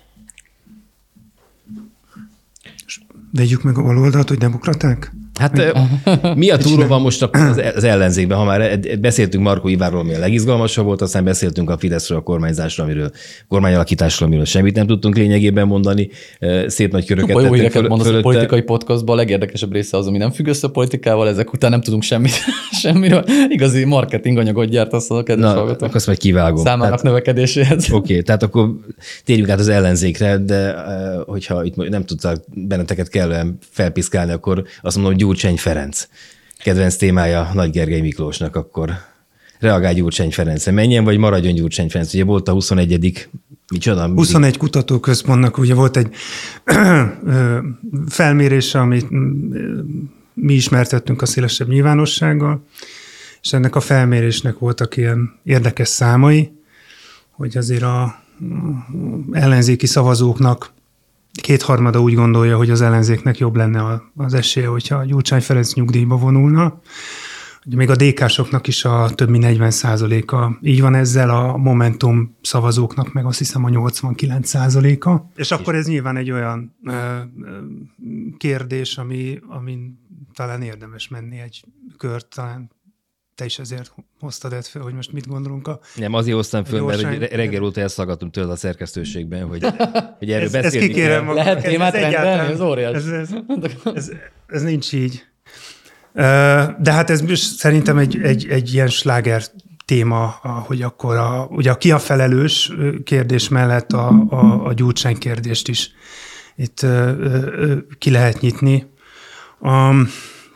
Vegyük meg a baloldalt, hogy demokraták? Hát mi a túró van most az ellenzékben? Ha már beszéltünk Markó Ivánról, ami a legizgalmasabb volt, aztán beszéltünk a Fideszről, a kormányzásról, amiről kormányalakításról, amiről semmit nem tudtunk lényegében mondani. Szép nagy köröket tettünk fölötte. Jó mondasz a politikai podcastban, a legérdekesebb része az, ami nem függ össze a politikával, ezek után nem tudunk semmit, semmiről. Igazi marketing anyagot gyártasz a kedves hallgatók. Akkor azt majd kivágom. Számának tehát, növekedéséhez. Oké, okay, tehát akkor térjünk át az ellenzékre, de hogyha itt nem tudtak benneteket kellően felpiszkálni, akkor azt mondom, hogy Gyurcsány Ferenc. Kedvenc témája Nagy Gergely Miklósnak, akkor reagálj Gyurcsány Ferencre. Menjen, vagy maradjon Gyurcsány Ferenc? Ugye volt a huszonegyedik Micsoda? huszonegy kutatóközpontnak ugye volt egy felmérése, amit mi ismertettünk a szélesebb nyilvánossággal, és ennek a felmérésnek voltak ilyen érdekes számai, hogy azért a ellenzéki szavazóknak kétharmada úgy gondolja, hogy az ellenzéknek jobb lenne az esélye, hogyha Gyurcsány Ferenc nyugdíjba vonulna. Ugye még a dé ká-soknak is a több mint negyven százaléka így van ezzel, a Momentum szavazóknak meg azt hiszem a nyolcvankilenc százaléka. És akkor ez nyilván egy olyan ö, ö, kérdés, ami, amin talán érdemes menni egy kört, talán te is ezért hoztad ezt fel, hogy most mit gondolunk a... Nem, azért hoztam föl, mert hogy reggel óta elszaggatunk tőle a szerkesztőségben, hogy, hogy erről ez, beszélni ezt kikérem kell. Lehet témát rendelni, ez óriás. Ez, ez, ez, ez nincs így. De hát ez szerintem egy, egy, egy ilyen sláger téma, hogy akkor a, ugye a ki a felelős kérdés mellett a, a, a Gyurcsány kérdést is itt ki lehet nyitni. Um,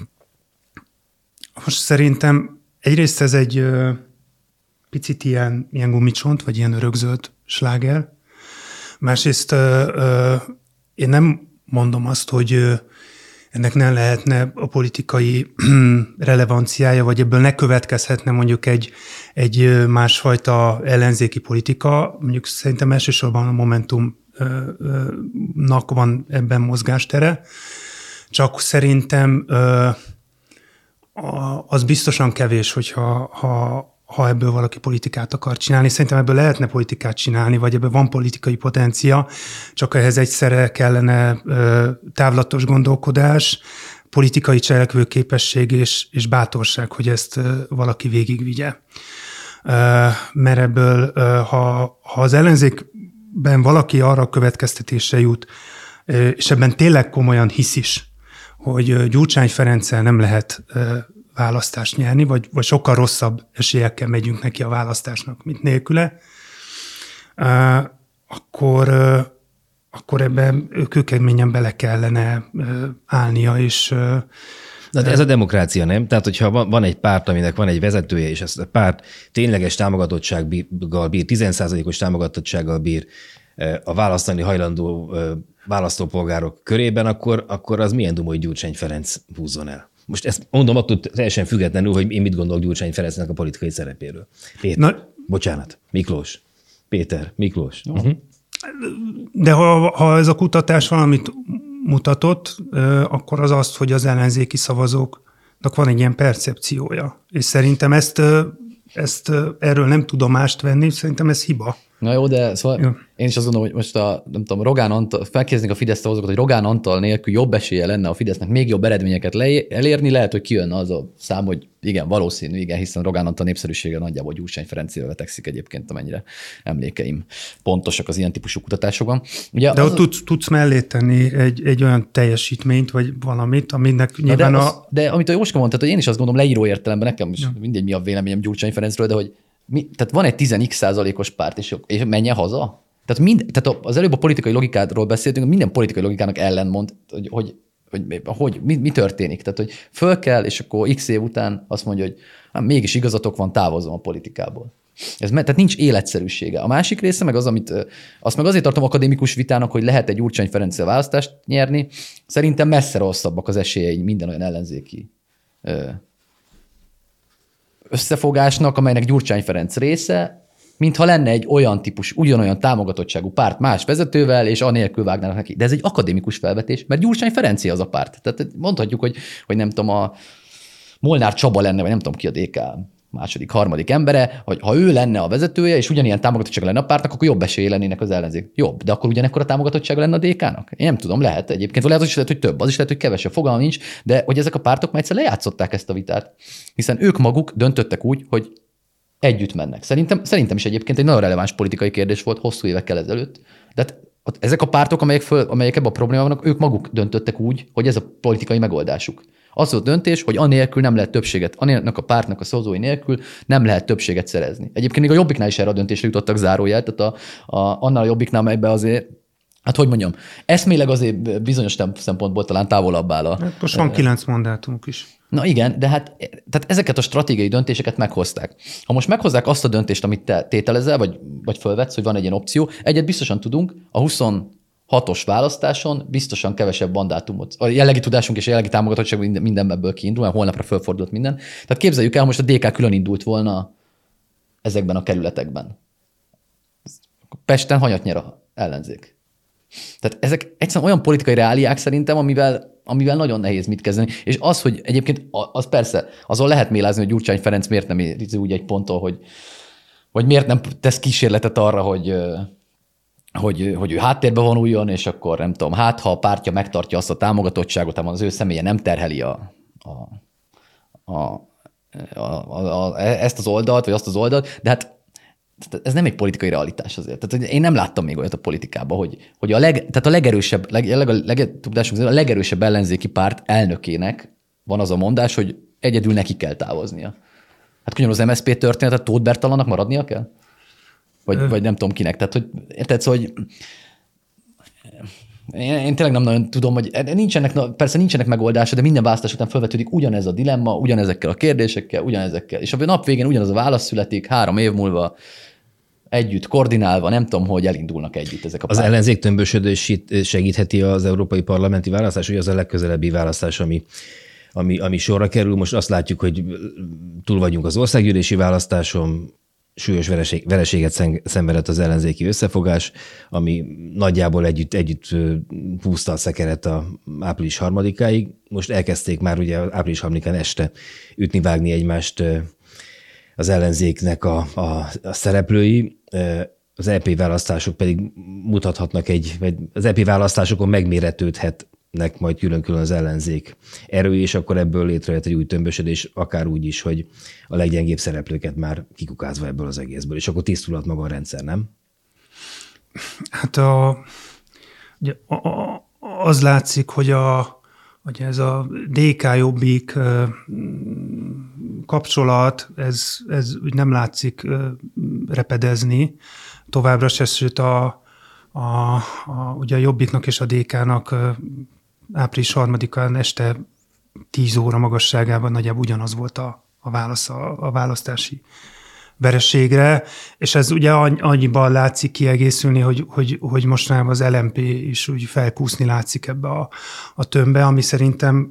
most szerintem egyrészt ez egy ö, picit ilyen, ilyen gumicsont, vagy ilyen örökzöld sláger. Másrészt ö, ö, én nem mondom azt, hogy ö, ennek nem lehetne a politikai relevanciája, vagy ebből ne következhetne mondjuk egy, egy másfajta ellenzéki politika. Mondjuk szerintem elsősorban a Momentumnak van ebben mozgástere. Csak szerintem ö, az biztosan kevés, hogyha ha, ha ebből valaki politikát akar csinálni. Szerintem ebből lehetne politikát csinálni, vagy ebből van politikai potencia, csak ehhez egyszerre kellene távlatos gondolkodás, politikai cselekvőképesség és, és bátorság, hogy ezt valaki végigvigye. Mert ebből, ha, ha az ellenzékben valaki arra a következtetésre jut, és ebben tényleg komolyan hisz is, hogy Gyurcsány Ferenccel nem lehet választást nyerni, vagy, vagy sokkal rosszabb esélyekkel megyünk neki a választásnak, mint nélküle, akkor, akkor ebben kőkeményen bele kellene állnia, és... Na, de ez a demokrácia, nem? Tehát, hogyha van, van egy párt, aminek van egy vezetője, és ez a párt tényleges támogatottsággal bír, tíz százalékos támogatottsággal bír a választani hajlandó választópolgárok körében, akkor, akkor az milyen duma, hogy Gyurcsány Ferenc húzzon el. Most ezt mondom attól teljesen függetlenül, hogy én mit gondolok Gyurcsány Ferencnek a politikai szerepéről. Péter, Na, bocsánat, Miklós. Péter, Miklós. Uh-huh. De ha, ha ez a kutatás valamit mutatott, akkor az azt, hogy az ellenzéki szavazóknak van egy ilyen percepciója. És szerintem ezt, ezt erről nem tudomást venni, szerintem ez hiba. Na jó, de szóval jó. Én is azt gondolom, hogy most a, nem tudom, Rogán Antal, felkérdeznék a Fidesz szavazókat, hogy Rogán Antal nélkül jobb esélye lenne a Fidesznek még jobb eredményeket le, elérni, lehet, hogy kijönne az a szám, hogy igen, valószínű, igen, hiszen Rogán Antal népszerűsége nagyjából Gyurcsány Ferencével vetekszik egyébként, amennyire emlékeim pontosak az ilyen típusú kutatásokban. Ugye de az... ott tudsz, tudsz mellé tenni egy, egy olyan teljesítményt, vagy valamit, aminek nyilván de, a... az, de amit a Jóska mondta, hogy én is azt gondolom leíró értelemben, nekem is ja. mindegy mi a véleményem Gyurcsány Ferencről, de hogy mi, tehát van egy tíz százalékos párt, és, és menjen haza? Tehát, mind, tehát az előbb a politikai logikádról beszéltünk, minden politikai logikának ellenmond, hogy, hogy, hogy, hogy mi, mi történik. Tehát, hogy föl kell, és akkor x év után azt mondja, hogy hát, mégis igazatok van, távozom a politikából. Ez, tehát nincs életszerűsége. A másik része meg az, amit azt meg azért tartom akadémikus vitának, hogy lehet egy Gyurcsány Ferenccel választást nyerni. Szerintem messze rosszabbak az esélyei minden olyan ellenzéki összefogásnak, amelynek Gyurcsány Ferenc része, mintha lenne egy olyan típus, ugyanolyan támogatottságú párt más vezetővel, és anélkül vágnának neki. De ez egy akadémikus felvetés, mert Gyurcsány Ferencé az a párt. Tehát mondhatjuk, hogy, hogy nem tudom, a Molnár Csaba lenne, vagy nem tudom ki a dé ká második, harmadik embere, hogy ha ő lenne a vezetője, és ugyanilyen támogatottsága lenne a pártnak, akkor jobb esélye lennének az ellenzék. Jobb, de akkor ugyanekkor a támogatottsága lenne a dé ká-nak? Én nem tudom, lehet egyébként. Lehet, hogy, lehet, hogy több, az is lehet, hogy kevesebb, fogalmam nincs, de hogy ezek a pártok már egyszer lejátszották ezt a vitát. Hiszen ők maguk döntöttek úgy, hogy együtt mennek. Szerintem, szerintem is egyébként egy nagyon releváns politikai kérdés volt hosszú évekkel ezelőtt. De hát ezek a pártok, amelyek, föl, amelyek ebben a problémában vannak, ők maguk döntöttek úgy, hogy ez a politikai megoldásuk. Az volt döntés, hogy anélkül nem lehet többséget, anélkül a pártnak a szavazói nélkül nem lehet többséget szerezni. Egyébként még a Jobbiknál is erre a döntésre jutottak zárójel, tehát a, a, annál a Jobbiknál, melyben azért, hát hogy mondjam, eszméleg azért bizonyos szempontból talán távolabb áll a... Hát most van kilenc mandátumuk is. Na igen, de hát tehát ezeket a stratégiai döntéseket meghozták. Ha most meghozzák azt a döntést, amit te tételezel, vagy, vagy fölvetsz, hogy van egy ilyen opció, egyet biztosan tudunk, a huszonhatos választáson biztosan kevesebb mandátumot. A jellegi tudásunk és a jellegi támogatottság minden, minden ebből kiindul, mert holnapra fölfordult minden. Tehát képzeljük el, most a dé ká külön indult volna ezekben a kerületekben. Pesten hanyat nyer a ellenzék. Tehát ezek egyszerűen olyan politikai reáliák szerintem, amivel, amivel nagyon nehéz mit kezdeni. És az, hogy egyébként az persze, azon lehet mélázni, hogy Gyurcsány Ferenc miért nem éri úgy egy ponttól, hogy, hogy miért nem tesz kísérletet arra, hogy, hogy, hogy ő háttérbe vonuljon, és akkor nem tudom, hát ha a pártja megtartja azt a támogatottságot, amivel az ő személye nem terheli a, a, a, a, a, a, ezt az oldalt, vagy azt az oldalt, de hát ez nem egy politikai realitás azért. Tehát én nem láttam még olyat a politikában, hogy, hogy a, leg, tehát a legerősebb, leg, leg, leg, a legerősebb ellenzéki párt elnökének van az a mondás, hogy egyedül neki kell távoznia. Hát könyörű az em es zé pé történetet Tóth Bertalannak maradnia kell? Vagy, vagy nem tudom kinek. Tehát, hogy, érted, szóval, hogy én, én tényleg nem nagyon tudom, hogy nincsenek, persze nincsenek megoldása, de minden választás után felvetődik ugyanez a dilemma, ugyanezekkel a kérdésekkel, ugyanezekkel. És a nap végén ugyanaz a válasz születik, három év múlva együtt koordinálva, nem tudom, hogy elindulnak együtt ezek a Az pár. Ellenzék tömbösödését segítheti az európai parlamenti választás, hogy az a legközelebbi választás, ami, ami, ami sorra kerül. Most azt látjuk, hogy túl vagyunk az országgyűlési választáson, súlyos vereség, vereséget szenvedett az ellenzéki összefogás, ami nagyjából együtt, együtt húzta a szekeret a április harmadikáig. Most elkezdték már ugye április harmadikán este ütni-vágni egymást az ellenzéknek a, a, a szereplői, az é pé választások pedig mutathatnak egy, vagy az é pé választásokon megméretődhetnek majd külön-külön az ellenzék erői, és akkor ebből létrejött egy új tömbösödés, akár úgy is, hogy a leggyengébb szereplőket már kikukázva ebből az egészből, és akkor tisztulhat maga a rendszer, nem? Hát a, ugye, a, a, az látszik, hogy a hogy ez a dé ká Jobbik kapcsolat, ez, ez nem látszik repedezni továbbra se, sőt a, a, a, ugye a Jobbiknak és a dé ká-nak április harmadikán este tíz óra magasságában nagyjából ugyanaz volt a, a válasz a, a választási vereségre, és ez ugye annyiban látszik kiegészülni, hogy, hogy, hogy mostanában az el em pé is úgy felkúszni látszik ebbe a, a tömbbe, ami szerintem,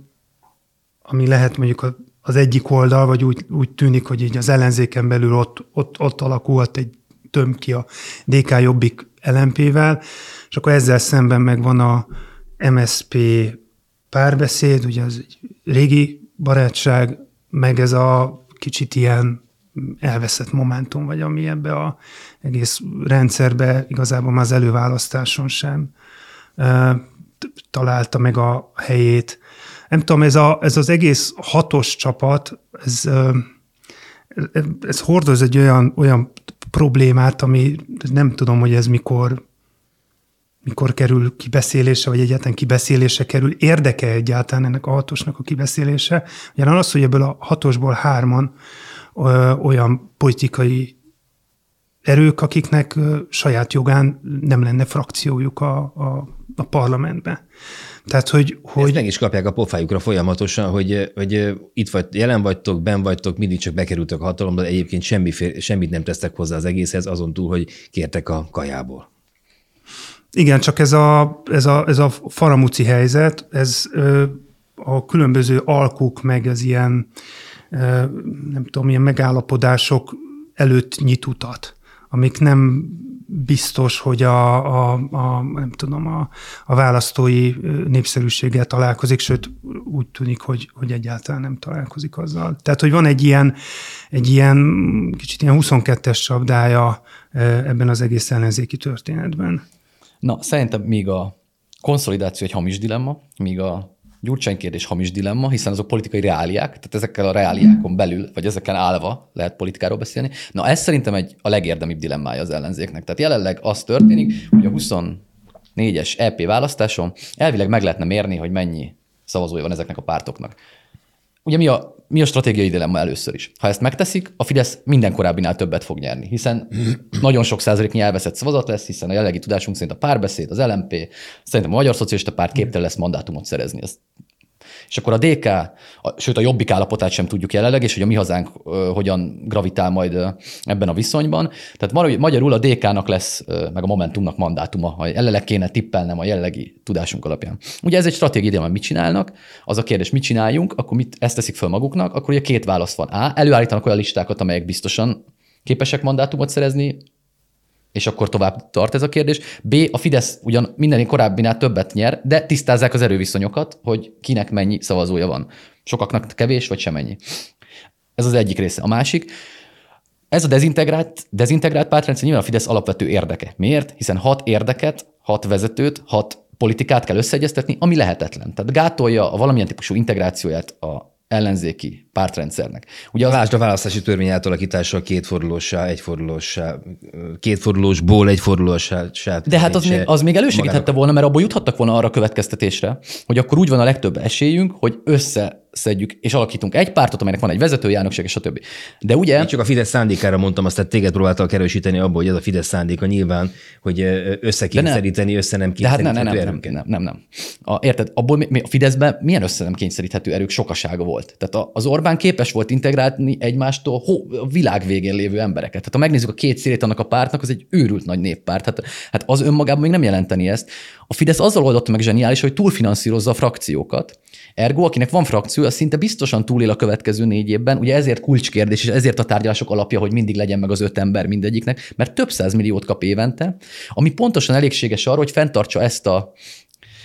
ami lehet mondjuk az egyik oldal, vagy úgy, úgy tűnik, hogy így az ellenzéken belül ott, ott, ott alakult egy tömb ki a dé ká Jobbik el em pével, és akkor ezzel szemben megvan a em es zé pé párbeszéd, ugye az egy régi barátság, meg ez a kicsit ilyen elveszett momentum, vagy ami ebbe az egész rendszerbe igazából már az előválasztáson sem e, találta meg a helyét. Nem tudom, ez, a, ez az egész hatos csapat, ez, ez, ez hordoz egy olyan, olyan problémát, ami nem tudom, hogy ez mikor, mikor kerül kibeszélése, vagy egyáltalán kibeszélése kerül. Érdeke egyáltalán ennek a hatosnak a kibeszélése. Ugyan az, hogy ebből a hatosból hárman olyan politikai erők, akiknek saját jogán nem lenne frakciójuk a, a, a parlamentben. Tehát, hogy, hogy... Ezt meg is kapják a pofájukra folyamatosan, hogy, hogy itt vagy, jelen vagytok, benn vagytok, mindig csak bekerültek a hatalomba, de egyébként semmi, semmit nem tesztek hozzá az egészhez, azon túl, hogy kértek a kajából. Igen, csak ez a, ez a, ez a faramúci helyzet, ez a különböző alkuk, meg az ilyen nem tudom, ilyen megállapodások előtt nyit utat, amik nem biztos, hogy a, a, a nem tudom, a, a választói népszerűséggel találkozik, sőt úgy tűnik, hogy, hogy egyáltalán nem találkozik azzal. Tehát, hogy van egy ilyen, egy ilyen kicsit ilyen huszonkettes csapdája ebben az egész ellenzéki történetben. Na, szerintem még a konszolidáció egy hamis dilemma, míg a Gyurcsány kérdés hamis dilemma, hiszen azok politikai reáliák, tehát ezekkel a reáliákon belül, vagy ezeken állva lehet politikáról beszélni. Na ez szerintem egy a legérdemibb dilemmája az ellenzéknek. Tehát jelenleg az történik, hogy a huszonnégyes é pé választáson elvileg meg lehetne mérni, hogy mennyi szavazója van ezeknek a pártoknak. Ugye mi a, mi a stratégiai dilemma először is? Ha ezt megteszik, a Fidesz minden korábbinál többet fog nyerni, hiszen nagyon sok százaléknyi elveszett szavazat lesz, hiszen a jelenlegi tudásunk szerint a Párbeszéd, az el em pé, szerintem a Magyar Szocialista Párt képtelen lesz mandátumot szerezni. Ezt. És akkor a dé ká, a, sőt a Jobbik állapotát sem tudjuk jelenleg, és hogy a mi hazánk ö, hogyan gravitál majd ö, ebben a viszonyban. Tehát magyarul a dé ká-nak lesz, ö, meg a Momentumnak mandátuma, ha jelenleg kéne tippelnem a jelenlegi tudásunk alapján. Ugye ez egy stratégiai dilemma, mit csinálnak, az a kérdés, mit csináljunk, akkor mit, ezt teszik föl maguknak, akkor ugye két válasz van. A, előállítanak olyan listákat, amelyek biztosan képesek mandátumot szerezni, és akkor tovább tart ez a kérdés. B, a Fidesz ugyan minden korábbinál többet nyer, de tisztázzák az erőviszonyokat, hogy kinek mennyi szavazója van. Sokaknak kevés, vagy semennyi. Ez az egyik része. A másik, ez a dezintegrált, dezintegrált pártrendszer nyilván a Fidesz alapvető érdeke. Miért? Hiszen hat érdeket, hat vezetőt, hat politikát kell összeegyeztetni, ami lehetetlen. Tehát gátolja a valamilyen típusú integrációját a ellenzéki pártrendszernek. Ugye az Lásd a választási törvény átalakítással kétfordulósá, egyfordulósá, kétfordulósból egyfordulósá. De hát az még, az még elősegíthette magának volna, mert abból juthattak volna arra a következtetésre, hogy akkor úgy van a legtöbb esélyünk, hogy összeszedjük és alakítunk egy pártot, amelynek van egy vezetői elnökség, és a többi. De ugye... Én csak a Fidesz szándékára mondtam, azt tehát téged próbáltal erősíteni abból, hogy ez a Fidesz szándéka nyilván, hogy összekényszeríteni, ne, össze nem kényszeríthető hát nem, nem, nem, nem, nem, nem. A, érted, abból mi, a Fideszben milyen össze nem kényszeríthető erők sokasága volt. Tehát az Orbán képes volt integrálni egymástól a világ végén lévő embereket. Tehát ha megnézzük a két szélét annak a pártnak, az egy őrült nagy néppárt. Hát, hát az önmagában még nem jelenteni ezt. A Fidesz azzal oldotta meg zseniális, hogy túlfinanszírozza a frakciókat. Ergo, akinek van frakciója, szinte biztosan túlél a következő négy évben. Ugye ezért kulcskérdés, és ezért a tárgyalások alapja, hogy mindig legyen meg az öt ember mindegyiknek, mert több száz milliót kap évente, ami pontosan elégséges arra, hogy fenntartsa ezt a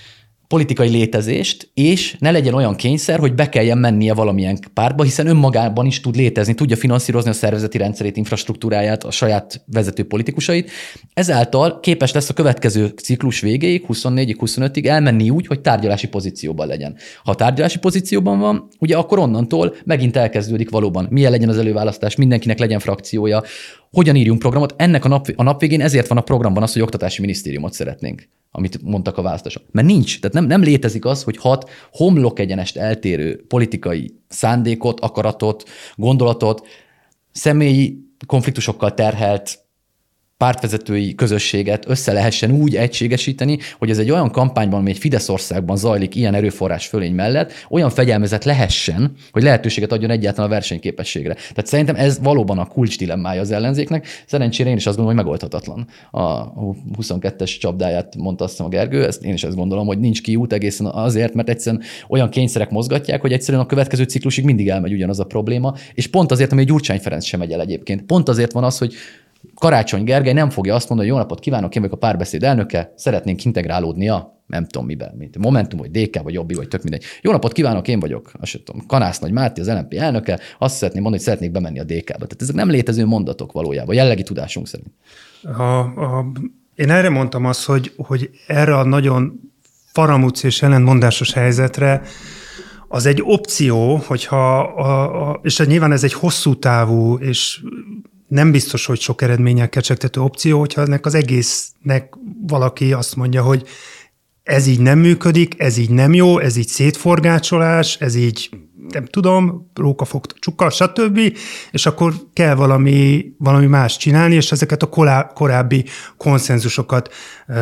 politikai létezést, és ne legyen olyan kényszer, hogy be kelljen mennie valamilyen pártba, hiszen önmagában is tud létezni, tudja finanszírozni a szervezeti rendszerét, infrastruktúráját, a saját vezető politikusait. Ezáltal képes lesz a következő ciklus végéig, huszonnégyig, huszonötig elmenni úgy, hogy tárgyalási pozícióban legyen. Ha tárgyalási pozícióban van, ugye akkor onnantól megint elkezdődik valóban, milyen legyen az előválasztás, mindenkinek legyen frakciója, hogyan írjunk programot. Ennek a nap, a nap végén ezért van a programban az, hogy oktatási minisztériumot szeretnénk, amit mondtak a választások. Mert nincs, tehát nem, nem létezik az, hogy hat homlok egyenest eltérő politikai szándékot, akaratot, gondolatot, személyi konfliktusokkal terhelt pártvezetői közösséget össze lehessen úgy egységesíteni, hogy ez egy olyan kampányban, ami egy Fideszországban zajlik ilyen erőforrás fölény mellett, olyan fegyelmezett lehessen, hogy lehetőséget adjon egyáltalán a versenyképességre. Tehát szerintem ez valóban a kulcs dilemmája az ellenzéknek. Szerencsére én is azt gondolom, hogy megoldhatatlan. A huszonkettes csapdáját mondta azt a Gergő, ezt én is ezt gondolom, hogy nincs kiút egészen azért, mert egyszerűen olyan kényszerek mozgatják, hogy egyszerűen a következő ciklusig mindig elmegy ugyanaz a probléma, és pont azért, ami Gyurcsány Ferenc sem megy el egyébként. Pont azért van az, hogy Karácsony Gergely nem fogja azt mondani, hogy jó napot kívánok, én vagyok a Párbeszéd elnöke, szeretnénk integrálódni a, nem tudom miben, mint Momentum, vagy dé ká, vagy Jobbi, vagy tök mindegy. Jó napot kívánok, én vagyok, azt tudom, Kanász Nagy Márti, az el em pé elnöke, azt szeretném mondani, hogy szeretnék bemenni a dé ká-ba. Tehát ezek nem létező mondatok valójában, jellegi tudásunk szerint. A, a, én erre mondtam azt, hogy, hogy erre a nagyon faramúci és ellentmondásos helyzetre az egy opció, hogyha, a, a, és nyilván ez egy hosszú távú, és nem biztos, hogy sok eredménnyel kecsegtető opció, hogyha ennek az egésznek valaki azt mondja, hogy ez így nem működik, ez így nem jó, ez így szétforgácsolás, ez így nem tudom, rókafogta csuka, stb., és akkor kell valami, valami más csinálni, és ezeket a korábbi konszenzusokat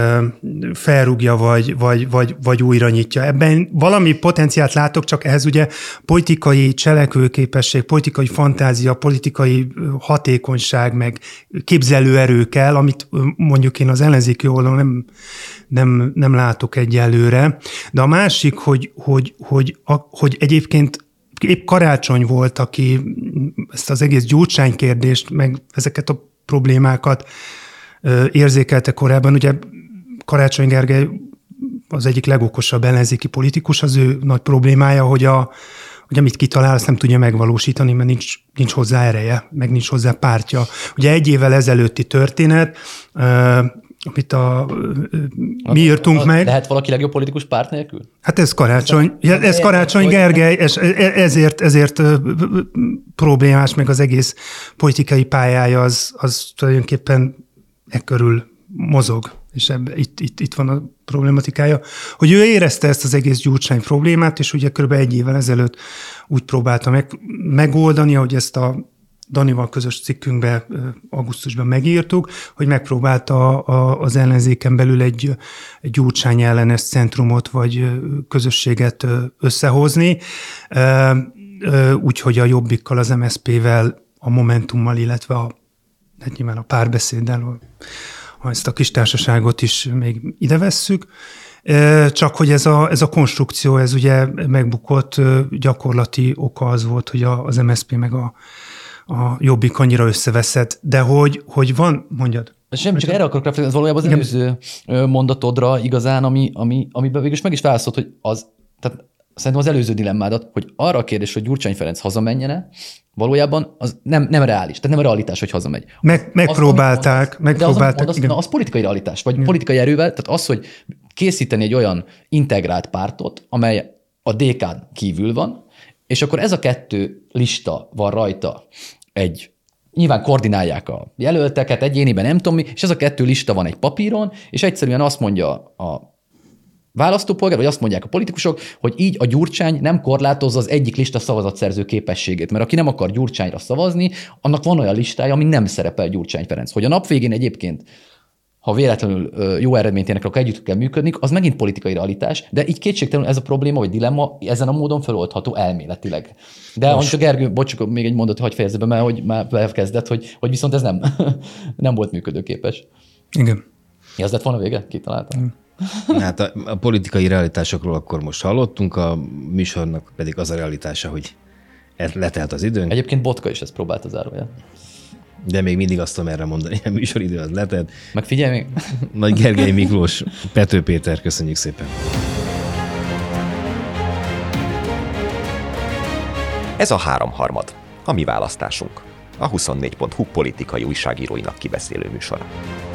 felrúgja, vagy, vagy, vagy, vagy újra nyitja. Ebben valami potenciált látok, csak ehhez ugye politikai cselekvőképesség, politikai fantázia, politikai hatékonyság, meg képzelőerő kell, amit mondjuk én az ellenzéki oldalon nem, nem, nem látok egyelőre. De a másik, hogy, hogy, hogy, hogy egyébként épp Karácsony volt, aki ezt az egész Gyurcsány kérdést, meg ezeket a problémákat érzékelte korábban. Ugye Karácsony Gergely az egyik legokosabb ellenzéki politikus, az ő nagy problémája, hogy, a, hogy amit kitalál, azt nem tudja megvalósítani, mert nincs, nincs hozzá ereje, meg nincs hozzá pártja. Ugye egy évvel ezelőtti történet, amit a, mi írtunk a, meg. Lehet valaki legjobb politikus párt nélkül? Hát ez Karácsony, ez, ez Karácsony Gergely, ez, ezért, ezért problémás, meg az egész politikai pályája az, az tulajdonképpen e körül mozog, és ebbe, itt, itt, itt van a problematikája, hogy ő érezte ezt az egész Gyurcsány problémát, és ugye kb. Egy évvel ezelőtt úgy próbálta meg, megoldani, ahogy ezt a Danival közös cikkünkben augusztusban megírtuk, hogy megpróbálta az ellenzéken belül egy, egy Gyurcsány ellenes centrumot vagy közösséget összehozni, úgyhogy a Jobbikkal, az em es zé pé-vel, a Momentummal, illetve a, hát nyilván a Párbeszéddel, ha ezt a kis társaságot is még ide vesszük. Csak hogy ez a, ez a konstrukció, ez ugye megbukott, gyakorlati oka az volt, hogy az em es zé pé meg a a Jobbik annyira összeveszett, de hogy, hogy van, mondjad. Semmi, csak erre akarok reflektálni, valójában az előző mondatodra igazán, ami, ami, amiben végül is meg is válaszolt, hogy az, tehát szerintem az előző dilemmádat, hogy arra a kérdés, hogy Gyurcsány Ferenc hazamenjene, valójában az nem, nem reális, tehát nem realitás, hogy hazamegy. Meg, megpróbálták, az, megpróbálták. Az, az, na, az politikai realitás, vagy igen. Politikai erővel, tehát az, hogy készíteni egy olyan integrált pártot, amely a dé ká-n kívül van, és akkor ez a kettő lista van rajta, egy, nyilván koordinálják a jelölteket, egyéniben nem tudom mi, és ez a kettő lista van egy papíron, és egyszerűen azt mondja a választópolgár, vagy azt mondják a politikusok, hogy így a Gyurcsány nem korlátozza az egyik lista szavazatszerző képességét, mert aki nem akar Gyurcsányra szavazni, annak van olyan listája, ami nem szerepel Gyurcsány Ferenc. Hogy a nap végén egyébként, ha véletlenül jó eredményt érnek, akkor együtt kell működni, az megint politikai realitás, de így kétségtelenül ez a probléma, vagy dilemma ezen a módon feloldható elméletileg. De most a Gergő, bocs, még egy mondat, hagyj fejezze be, mert hogy már elkezdett, hogy, hogy viszont ez nem, nem volt működőképes. Igen. Mi az lett volna vége? Kitaláltam. Hát a, a politikai realitásokról akkor most hallottunk, a műsornak pedig az a realitása, hogy letelt az időnk. Egyébként Botka is ezt próbált az zárójel. De még mindig azt tudom erre mondani, a műsoridő az letelt. Meg figyelj még! Nagy Gergely Miklós, Pető Péter, köszönjük szépen! Ez a Háromharmad, a mi választásunk, a huszonnégy pont hu politikai újságíróinak kibeszélő műsora.